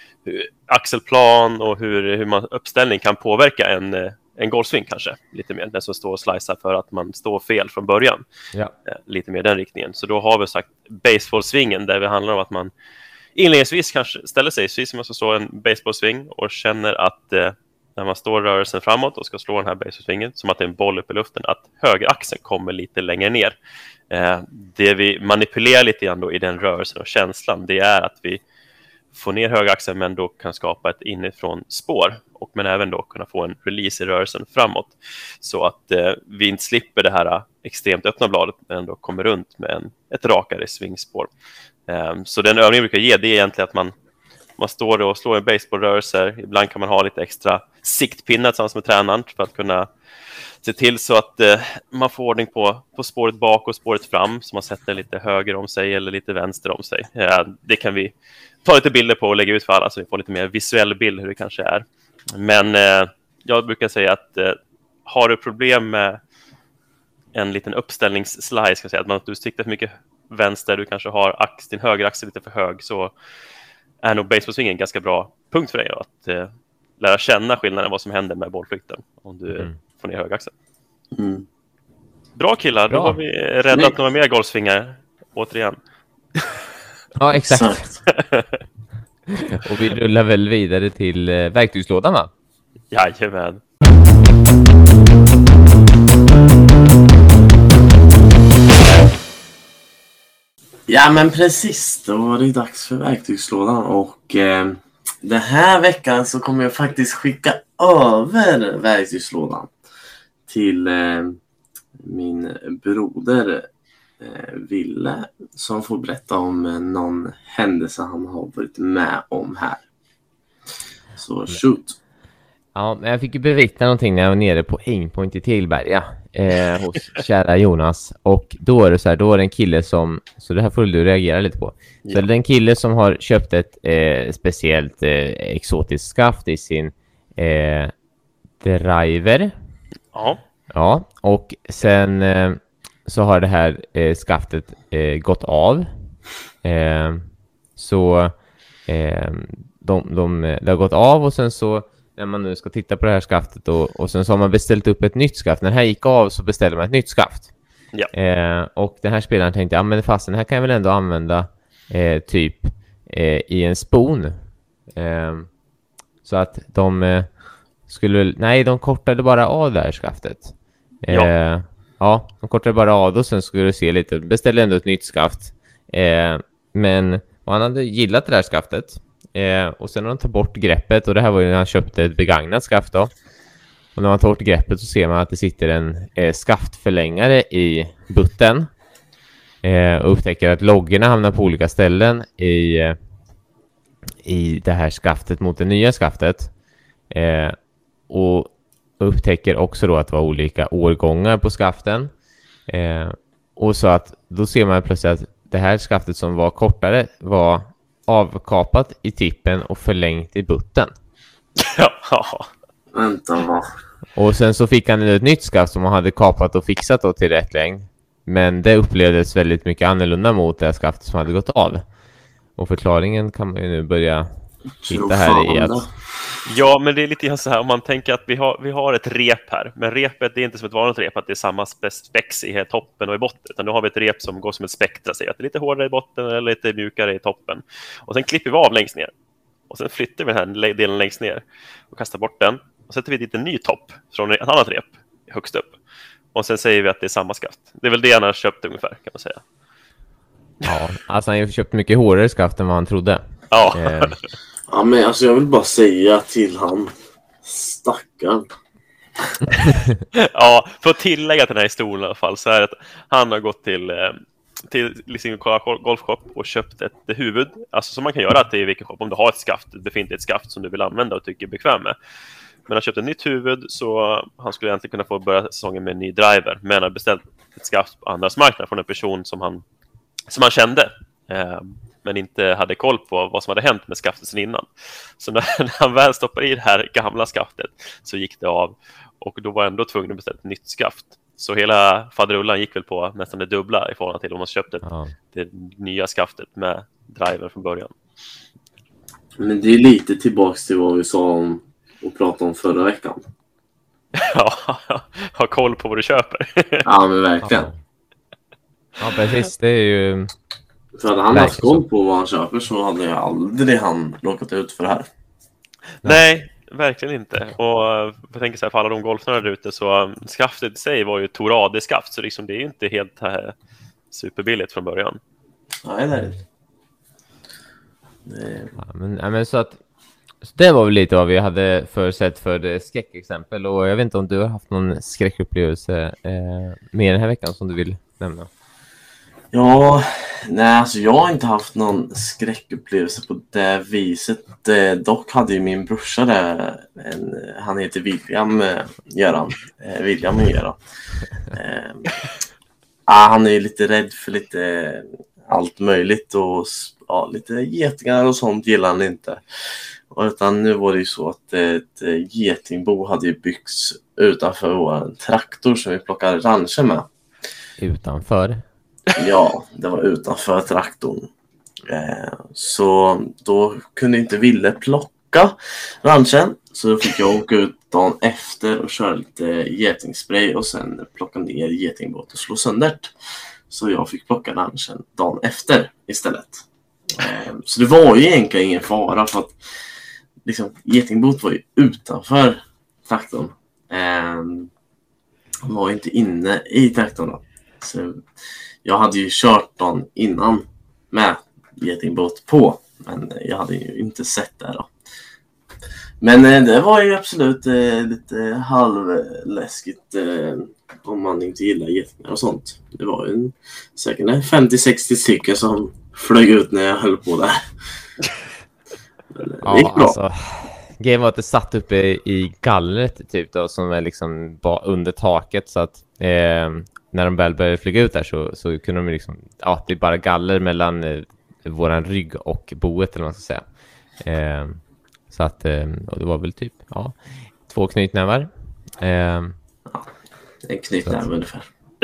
axelplan och hur man uppställning kan påverka en golfsving kanske. Lite mer, den som står och slicear för att man står fel från början. Ja. Lite mer den riktningen. Så då har vi sagt baseballsvingen, där det handlar om att man inledningsvis kanske ställer sig precis som man ska slå en baseballsving och känner att när man står rörelsen framåt och ska slå den här baseballsvingen som att det är en boll upp i luften, att högeraxeln kommer lite längre ner. Det vi manipulerar lite grann då i den rörelsen och känslan, det är att vi får ner högeraxeln men då kan skapa ett inifrån spår men även då kunna få en release i rörelsen framåt så att vi inte slipper det här extremt öppna bladet men ändå kommer runt med ett rakare svingspår. Så den övningen vi brukar ge, det är egentligen att man står och slår en baseballrörelse. Ibland kan man ha lite extra siktpinnar tillsammans med tränaren för att kunna se till så att man får ordning på spåret bak och spåret fram, så man sätter lite höger om sig eller lite vänster om sig. Det kan vi ta lite bilder på och lägga ut för alla så vi får lite mer visuell bild hur det kanske är. Men jag brukar säga att har du problem med en liten uppställningsslice, ska säga, att du siktar för mycket vänster, du kanske har din högeraxel lite för hög, så är nog baseballsvingen en ganska bra punkt för dig då, att lära känna skillnaden vad som händer med bollflykten om du får ner högeraxeln. Bra killar, Bra. Då har vi räddat några mer golfsvingar återigen. Ja, exakt. Och vi rullar väl vidare till verktygslådan, va? Jajamän. Ja men precis, då var det dags för verktygslådan och den här veckan så kommer jag faktiskt skicka över verktygslådan till min broder Ville, som får berätta om någon händelse han har varit med om här. Så shoot! Ja, men jag fick ju bevittna någonting när jag var nere på Aimpoint i Tillberga hos kära Jonas. Och då är det så här, då är det en kille som, så det här får du reagera lite på. Så det är en kille som har köpt ett speciellt exotiskt skaft i sin driver. Ja. Ja, och sen så har det här skaftet gått av. Så det har gått av, och sen så när man nu ska titta på det här skaftet och sen så har man beställt upp ett nytt skaft. När det här gick av så beställde man ett nytt skaft. Ja. Och den här spelaren tänkte, ja men fast den här kan jag väl ändå använda typ i en spon. Så att de de kortade bara av det här skaftet. Ja, de kortade bara av och sen skulle du se lite, beställde ändå ett nytt skaft. Men han hade gillat det där skaftet. Och sen har han tagit bort greppet, och det här var ju när han köpte ett begagnat skaft då. Och när man tar bort greppet så ser man att det sitter en skaftförlängare i butten. Och upptäcker att loggorna hamnar på olika ställen i det här skaftet mot det nya skaftet. Och upptäcker också då att det var olika årgångar på skaften. Och så att då ser man plötsligt att det här skaftet som var kortare var avkapat i tippen och förlängt i butten. Ja. Vänta, va? Och sen så fick han ett nytt skaft som han hade kapat och fixat då till rätt längd. Men det upplevdes väldigt mycket annorlunda mot det här skaftet som hade gått av. Och förklaringen kan man ju nu börja hitta här i att... Ja, men det är lite grann så här, om man tänker att vi har ett rep här. Men repet, det är inte som ett vanligt rep, att det är samma spex i toppen och i botten. Utan nu har vi ett rep som går som ett spektra, så att det är lite hårdare i botten eller lite mjukare i toppen. Och sen klipper vi av längst ner. Och sen flyttar vi den här delen längst ner och kastar bort den. Och sätter vi dit en ny topp från ett annat rep högst upp. Och sen säger vi att det är samma skaft. Det är väl det han har köpt ungefär, kan man säga. Ja, alltså han har ju köpt mycket hårdare skaft än vad han trodde. Ja. Ja, men alltså jag vill bara säga till han, stackarn. Ja, för att tillägga till den här historien i alla fall, så är det att han har gått till sin golfshop och köpt ett huvud, alltså som man kan göra till vilken shop om du har ett befintligt skaft som du vill använda och tycker är bekväm med. Men han köpte ett nytt huvud, så han skulle egentligen kunna få börja säsongen med en ny driver, men han har beställt ett skaft på andras marknad från en person som han kände. Men inte hade koll på vad som hade hänt med skaftet sen innan. Så när han väl stoppade i det här gamla skaftet så gick det av, och då var han ändå tvungen att beställa ett nytt skaft. Så hela faderullan gick väl på nästan det dubbla i förhållande till om man köpte det nya skaftet med driver från början. Men det är lite tillbaks till vad vi sa om och pratade om förra veckan. Ja, ha koll på vad du köper. Ja, men verkligen. Ja, precis. Det är ju... För hade han haft Verkligen koll på vad han köper så hade jag aldrig han råkat ut för det här. Nej, verkligen inte. Och jag tänker så här, för alla de golfarna där ute, så skaftet i sig var ju Torade-skaft, så liksom det är ju inte helt superbilligt från början. Nej, nej. men så att så det var väl lite vad vi hade försett för det skräckexempel, och jag vet inte om du har haft någon skräckupplevelse med den här veckan som du vill nämna. Ja, nej, alltså jag har inte haft någon skräckupplevelse på det viset. Dock hade ju min brorsa där, han heter William Göran. William Göran. Han är ju lite rädd för lite allt möjligt, och lite getingar och sånt gillar han inte. Utan nu var det ju så att ett getingbo hade ju byggts utanför vår traktor som vi plockade rancher med. Utanför? Ja, det var utanför traktorn. Så då kunde inte Ville plocka ranchen. Så då fick jag åka ut dagen efter och köra lite getingspray och sen plocka ner getingbåt och slå sönder det. Så jag fick plocka ranchen dagen efter istället. Så det var ju egentligen ingen fara, för att liksom, getingbåt var ju utanför traktorn. Var inte inne i traktorn då. Så jag hade ju kört dagen innan med getingbåt på, men jag hade ju inte sett det då. Men det var ju absolut lite halvläskigt om man inte gillar getingar och sånt. Det var ju säkert 50-60 stycken som flög ut när jag höll på där. Det gick bra. Alltså, grejen var att det satt uppe i gallret typ då, som är liksom under taket, så att när de väl började flyga ut där så kunde de liksom, det är bara galler mellan våran rygg och boet, eller vad man ska säga. Så att och det var väl typ 2 knytnävar. En knytnäve ungefär.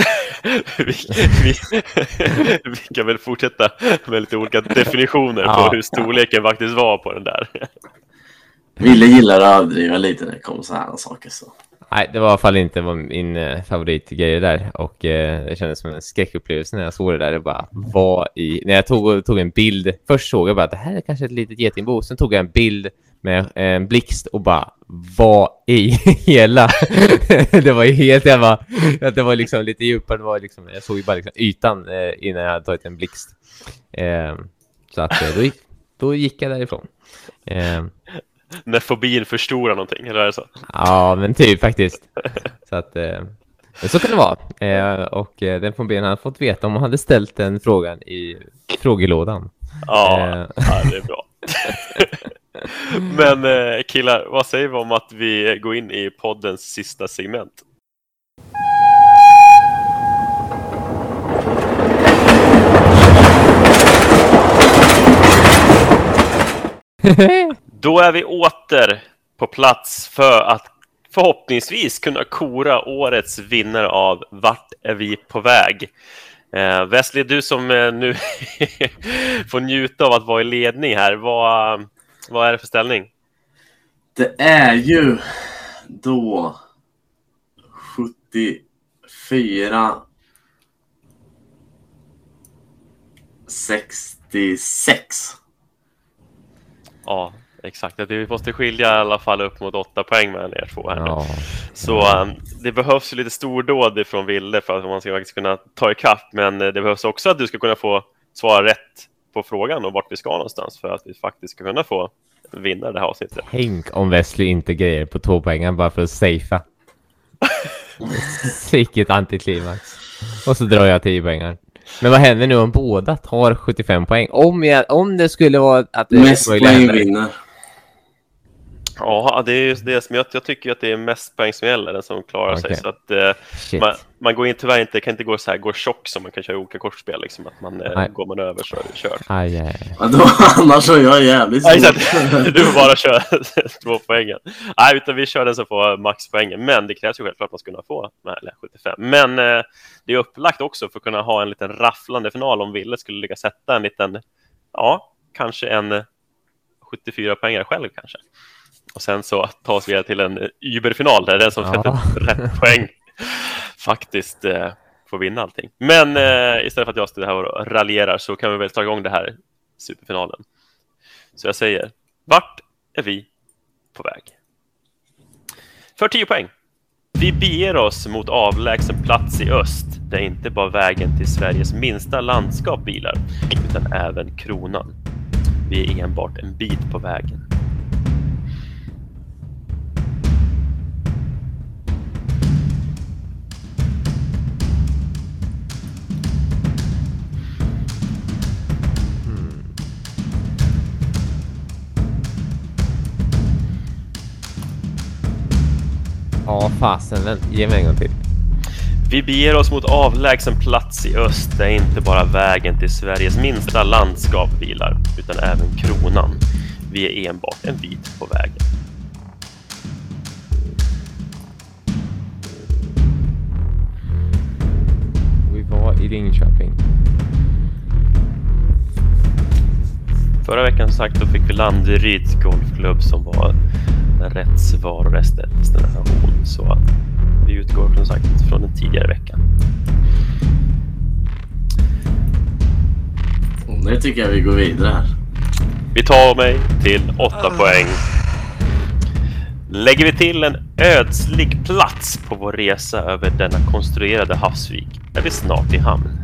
vi kan väl fortsätta med lite olika definitioner på hur storleken faktiskt var på den där. Ville gillar att överdriva lite när det kommer så här saker. Så. Nej, det var i alla fall inte min favoritgrej där, och det kändes som en skräckupplevelse när jag såg det där. Det bara när jag tog en bild. Först såg jag bara att det här är kanske ett litet getingbo. Sen tog jag en bild med en blixt och bara vad i hela. Det var ju helt det var liksom lite djupare. Det var liksom, jag såg ju bara liksom ytan innan jag hade tagit en blixt. Så att då gick jag därifrån. När fobin förstorar någonting, eller är det så? Ja, men typ faktiskt. Så att så kan det vara. Och den fobin hade fått veta om man hade ställt den frågan i frågelådan. Ja, det är bra. Men killar, vad säger vi om att vi går in i poddens sista segment? Då är vi åter på plats för att förhoppningsvis kunna kora årets vinnare av Vart är vi på väg? Wesley, du som nu får njuta av att vara i ledning här, vad är det för ställning? Det är ju då 74-66. Ja, exakt. Vi måste skilja i alla fall upp mot 8 poäng mellan er två här nu. Ja. Så det behövs ju lite stordåd från Ville för att man ska faktiskt kunna ta ikapp. Men det behövs också att du ska kunna få svara rätt på frågan och vart vi ska någonstans för att vi faktiskt ska kunna få vinna det här avsnittet. Tänk om Wesley inte grejer på 2 poängen bara för att safea. Vilket antiklimax. Och så drar jag 10 poängar. Men vad händer nu om båda tar 75 poäng? Om det skulle vara att det mest poäng vinner. Ja, det är ju det som jag tycker att det är mest poäng som gäller, den som klarar sig. Så att man går in, tyvärr inte, kan inte gå tjock som man kan köra olika kortspel liksom, att man går man över så är det kört. Ja, annars är jag jävligt svårt. Du bara kör 2 poängen. Nej, utan vi kör den som får maxpoängen. Men det krävs ju självklart att man ska kunna få med 75. Men det är upplagt också för att kunna ha en liten rafflande final om Ville skulle lyckas sätta en liten, kanske en 74 poängare själv kanske. Och sen så tas vi till en Uber-final där den som sätter rätt poäng faktiskt får vinna allting. Men istället för att jag står här och raljerar så kan vi väl ta igång det här superfinalen. Så jag säger, vart är vi på väg? För 10 poäng. Vi beger oss mot avlägsen plats i öst, där inte bara vägen till Sveriges minsta landskap vilar, utan även kronan. Vi är enbart en bit på vägen. Ja, fasen. Ge mig en gång till. Vi beger oss mot avlägsen plats i öst, där inte bara vägen till Sveriges minsta landskap vilar, utan även kronan. Vi är enbart en bit på vägen. Vi var i Linköping. Förra veckan som sagt, då fick vi Landeryds golfklubb som var rätt svar och destination. Så vi utgår som sagt från den tidigare veckan. Nu tycker jag vi går vidare här. Vi tar mig till 8 poäng. Lägger vi till en ödslig plats på vår resa över denna konstruerade havsvik är vi snart i hamn.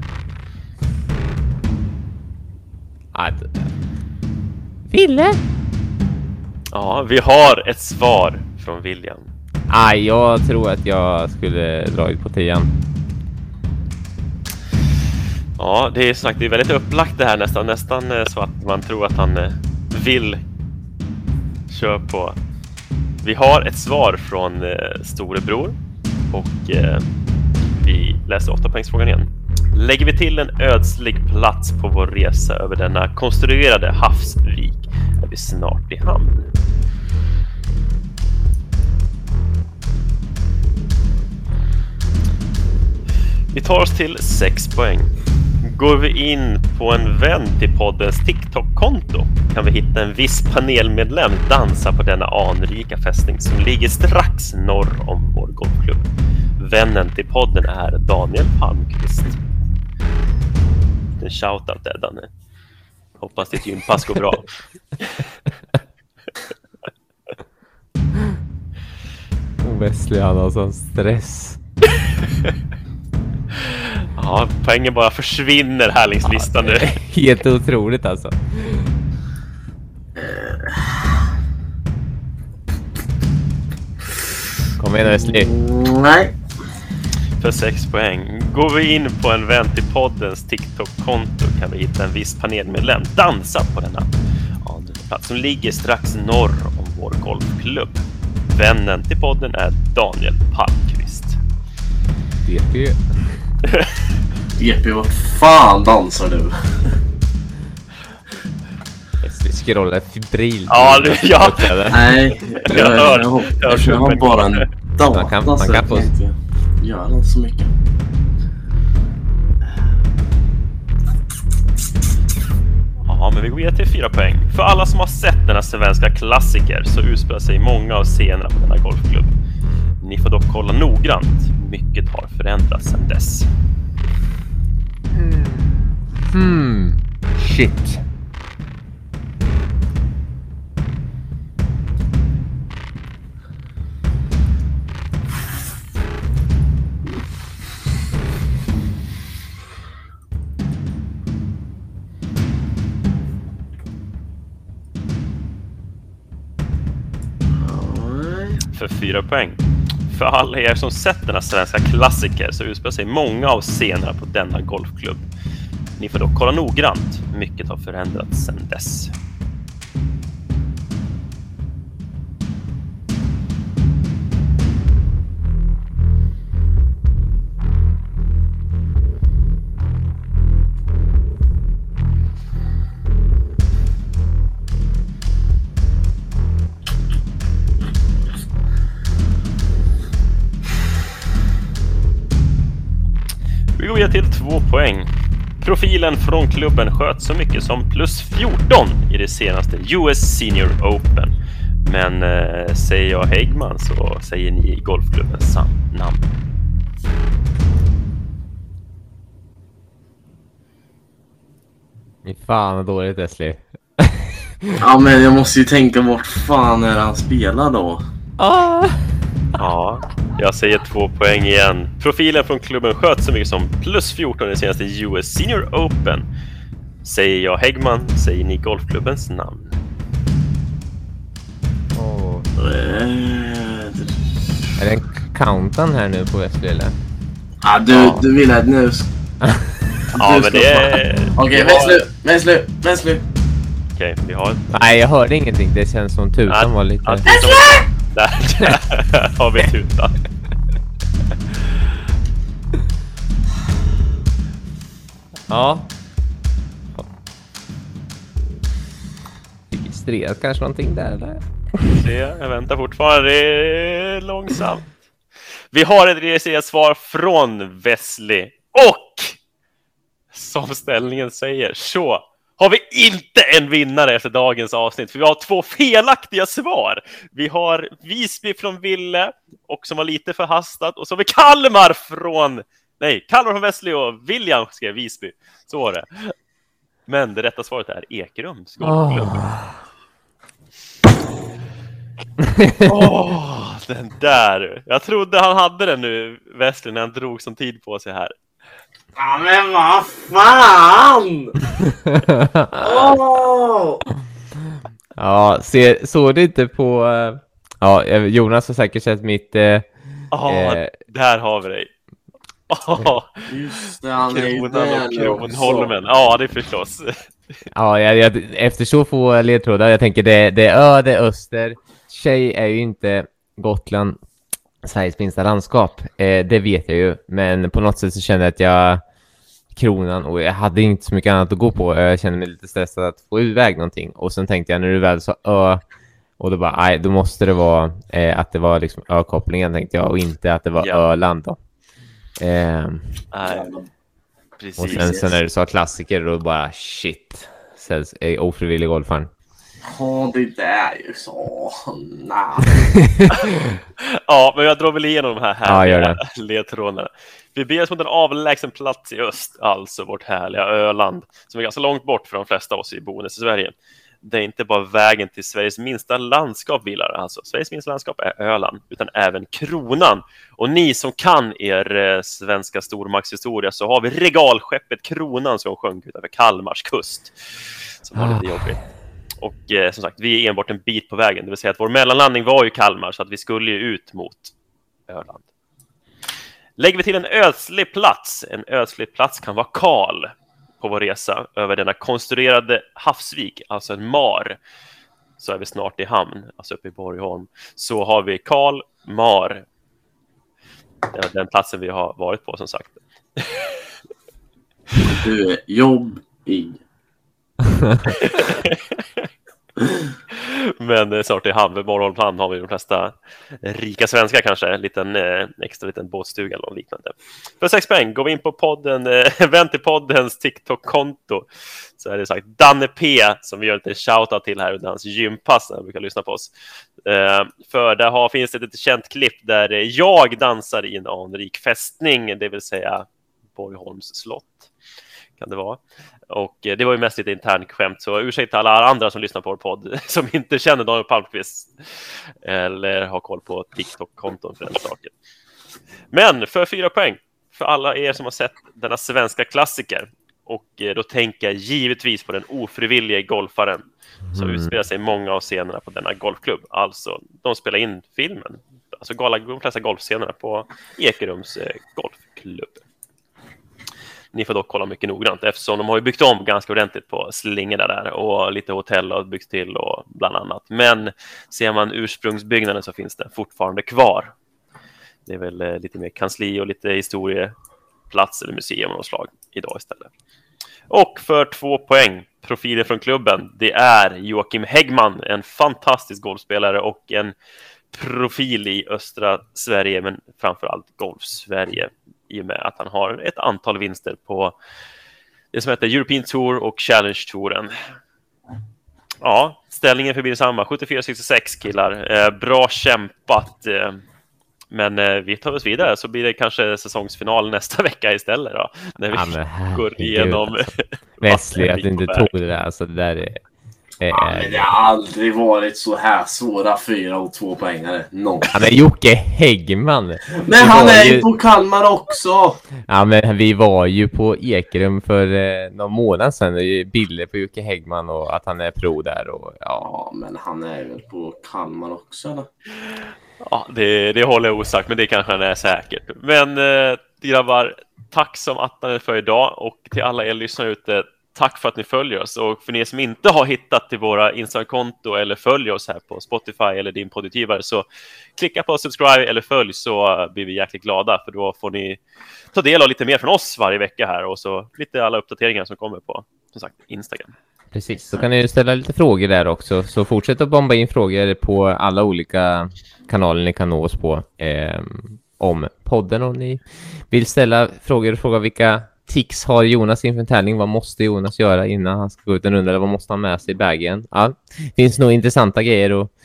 Ville? Ja, vi har ett svar från William. Jag tror att jag skulle dra ut på 10. Ja, det är sagt, det är väldigt upplagt det här nästan så att man tror att han vill köra på. Vi har ett svar från storebror och vi läser 8-poängsfrågan igen. Lägger vi till en ödslig plats på vår resa över denna konstruerade havsvik är vi snart i hamn. Vi tar oss till 6 poäng. Går vi in på en vän till poddens TikTok-konto kan vi hitta en viss panelmedlem dansa på denna anrika fästning som ligger strax norr om vår golfklubb. Vännen till podden är Daniel Palmqvist. En shoutout där, Danne. Hoppas ditt gympass går bra. Wesley, han har sån stress. Ja, poängen bara försvinner här längs listan nu. Helt otroligt alltså. Kom igen Wesley. Nej. För 6 poäng. Går vi in på en vän till poddens TikTok-konto kan vi hitta en viss panelmedlem dansa på denna plats som ligger strax norr om vår golfklubb. Vännen till podden är Daniel Palmqvist. DP. DP, vart fan dansar du? Wesley scrollar febrilt. Ja, ja. Nej, jag har bara en data. Man kan få inte göra så mycket. Ja, men vi går vidare till 4 poäng. För alla som har sett denna svenska klassiker så utspelar sig många av scenerna på denna golfklubb. Ni får dock kolla noggrant. Mycket har förändrats sedan dess. Shit. För 4 poäng. För alla er som sett denna svenska klassiker så utspelar sig många av scenerna på denna golfklubb. Ni får dock kolla noggrant. Mycket har förändrats sedan dess. Vi går vidare till 2 poäng. Profilen från klubben sköt så mycket som plus 14 i det senaste US Senior Open. Men säger jag Häggman så säger ni golfklubbens namn. Fan vad dåligt, Wesley. Ja, men jag måste ju tänka vart fan är han spelar då. Ja, jag säger 2 poäng igen. Profilen från klubben sköt så mycket som plus 14 i senaste US Senior Open. Säger jag Häggman, säger ni golfklubbens namn. Är det en countdown här nu på Wesley eller? Ja, du vill att nu... Ja, men det är... Okej, Wesley. Okej, vi har... Nej, jag hörde ingenting. Det känns som tutan var lite... Där har vi tutan. Ja. Registrerat kanske någonting där eller? Jag väntar fortfarande. Det är långsamt. Vi har ett registrerat svar från Wesley. Och som ställningen säger så har vi inte en vinnare efter dagens avsnitt. För vi har 2 felaktiga svar. Vi har Visby från Ville och som var lite förhastat. Och så har vi Kalmar från Wesley och William skrev Visby. Så var det. Men det rätta svaret är Ekerums golfklubb. Den där. Jag trodde han hade den nu, Wesley, när han drog som tid på sig här. Ja, men vad fan! Ja, såg du inte på... Ja, Jonas har säkert sett mitt... Där har vi dig. Just det, han är ju Kronan och där Kronholmen. Ja, det förstås. Ja, efter så få ledtrådar, jag tänker det är det är öster. Tjej är ju inte Gotland Sveriges minsta landskap. Det vet jag ju, men på något sätt så kände jag att jag Kronan och jag hade inte så mycket annat att gå på. Jag kände mig lite stressad att få iväg någonting. Och sen tänkte jag när du väl sa och då bara, nej, då måste det vara att det var liksom kopplingen tänkte jag och inte att det var Öland då. Precis. Och sen när du sa klassiker då bara shit. Sägs ofrivillig golfaren. Ja, det där är ju så. Ja, men jag drar väl igenom de här det. ledtrådarna. Vi beger oss mot en avlägsen plats i öst, alltså vårt härliga Öland, som är ganska långt bort för de flesta av oss i boende i Sverige. Det är inte bara vägen till Sveriges minsta landskap vilar, alltså Sveriges minsta landskap är Öland, utan även Kronan. Och ni som kan er svenska stormaktshistoria så har vi regalskeppet Kronan som sjönk utanför Kalmars kust, som var lite jobbigt. Och som sagt, vi är enbart en bit på vägen. Det vill säga att vår mellanlandning var ju Kalmar, så att vi skulle ju ut mot Öland. Lägger vi till en ödslig plats. En ödslig plats kan vara Karl på vår resa över denna konstruerade havsvik, alltså en mar. Så är vi snart i hamn, alltså uppe i Borgholm. Så har vi Karl Mar. Det är den platsen vi har varit på, som sagt. Du är jobbig. Men snart i hamn, vid Borgholmshamn har vi de flesta rika svenskar kanske, en liten extra liten båtstuga eller liknande. För 6 poäng går vi in på podden, vänt till poddens TikTok-konto. Så är det sagt Danne P som vi gör lite shoutout till här under hans gympass när han brukar lyssna på oss. För där finns det ett känt klipp där jag dansar i en anrik fästning, det vill säga Borgholms slott. Kan det vara. Och det var ju mest lite internt skämt, så ursäkta alla andra som lyssnar på vår podd som inte känner Daniel Palmqvist eller har koll på TikTok-konton för den saken. Men för 4 poäng för alla er som har sett denna svenska klassiker, och då tänker jag givetvis på den ofrivilliga golfaren som utspelar sig i många av scenerna på denna golfklubb. Alltså, de spelar in filmen, alltså de flesta golfscenerna på Ekerums golfklubb. Ni får dock kolla mycket noggrant eftersom de har ju byggt om ganska ordentligt på slingorna där och lite hotell och byggt till och bland annat. Men ser man ursprungsbyggnaden så finns den fortfarande kvar. Det är väl lite mer kansli och lite historieplats eller museum av slag idag istället. Och för 2 poäng, profilen från klubben, det är Joakim Häggman, en fantastisk golfspelare och en profil i östra Sverige, men framförallt Golf-Sverige, i och med att han har ett antal vinster på det som heter European Tour och Challenge Touren. Ja, ställningen förblir samma, 74-66 killar. Bra kämpat. Men vi tar oss vidare, så blir det kanske säsongsfinal nästa vecka istället då. När vi går igenom Wesley att du inte tog det där. Alltså det där är... Men det har aldrig varit så här svåra 4 och 2 poängare. Ja, men Jocke Häggman. Men han är ju på Kalmar också. Ja, men vi var ju på Ekerum för någon månad sedan. Det är ju bilder på Jocke Häggman och att han är pro där. Och, ja, men han är väl på Kalmar också, eller? Ja, det håller jag osagt, men det kanske han är säkert. Men grabbar, tack som attan för idag, och till alla er lyssnare ute, tack för att ni följer oss. Och för er som inte har hittat till våra Instagram-konto eller följer oss här på Spotify eller din poddutgivare, så klicka på subscribe eller följ, så blir vi jäkligt glada, för då får ni ta del av lite mer från oss varje vecka här, och så lite alla uppdateringar som kommer på, som sagt, Instagram. Precis, så kan ni ställa lite frågor där också. Så fortsätt att bomba in frågor på alla olika kanaler ni kan nå oss på om podden. Om ni vill ställa frågor och fråga vilka tics har Jonas inför en tävling. Vad måste Jonas göra innan han ska gå ut en runda? Eller vad måste han med sig i bagen? Ja, det finns nog intressanta grejer att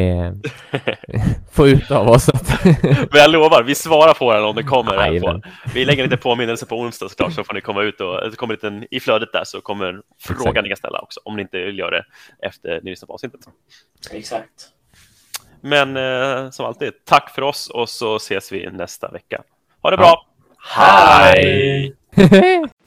få ut av oss. Men jag lovar, vi svarar på den om det kommer. Aj, vi lägger lite påminnelse på onsdag såklart, så får ni komma ut, och det kommer lite i flödet där, så kommer frågan ni kan ställa också, om ni inte vill göra det efter ni lyssnar på avsnittet. Exakt. Men som alltid, tack för oss, och så ses vi nästa vecka. Ha det bra! Hej!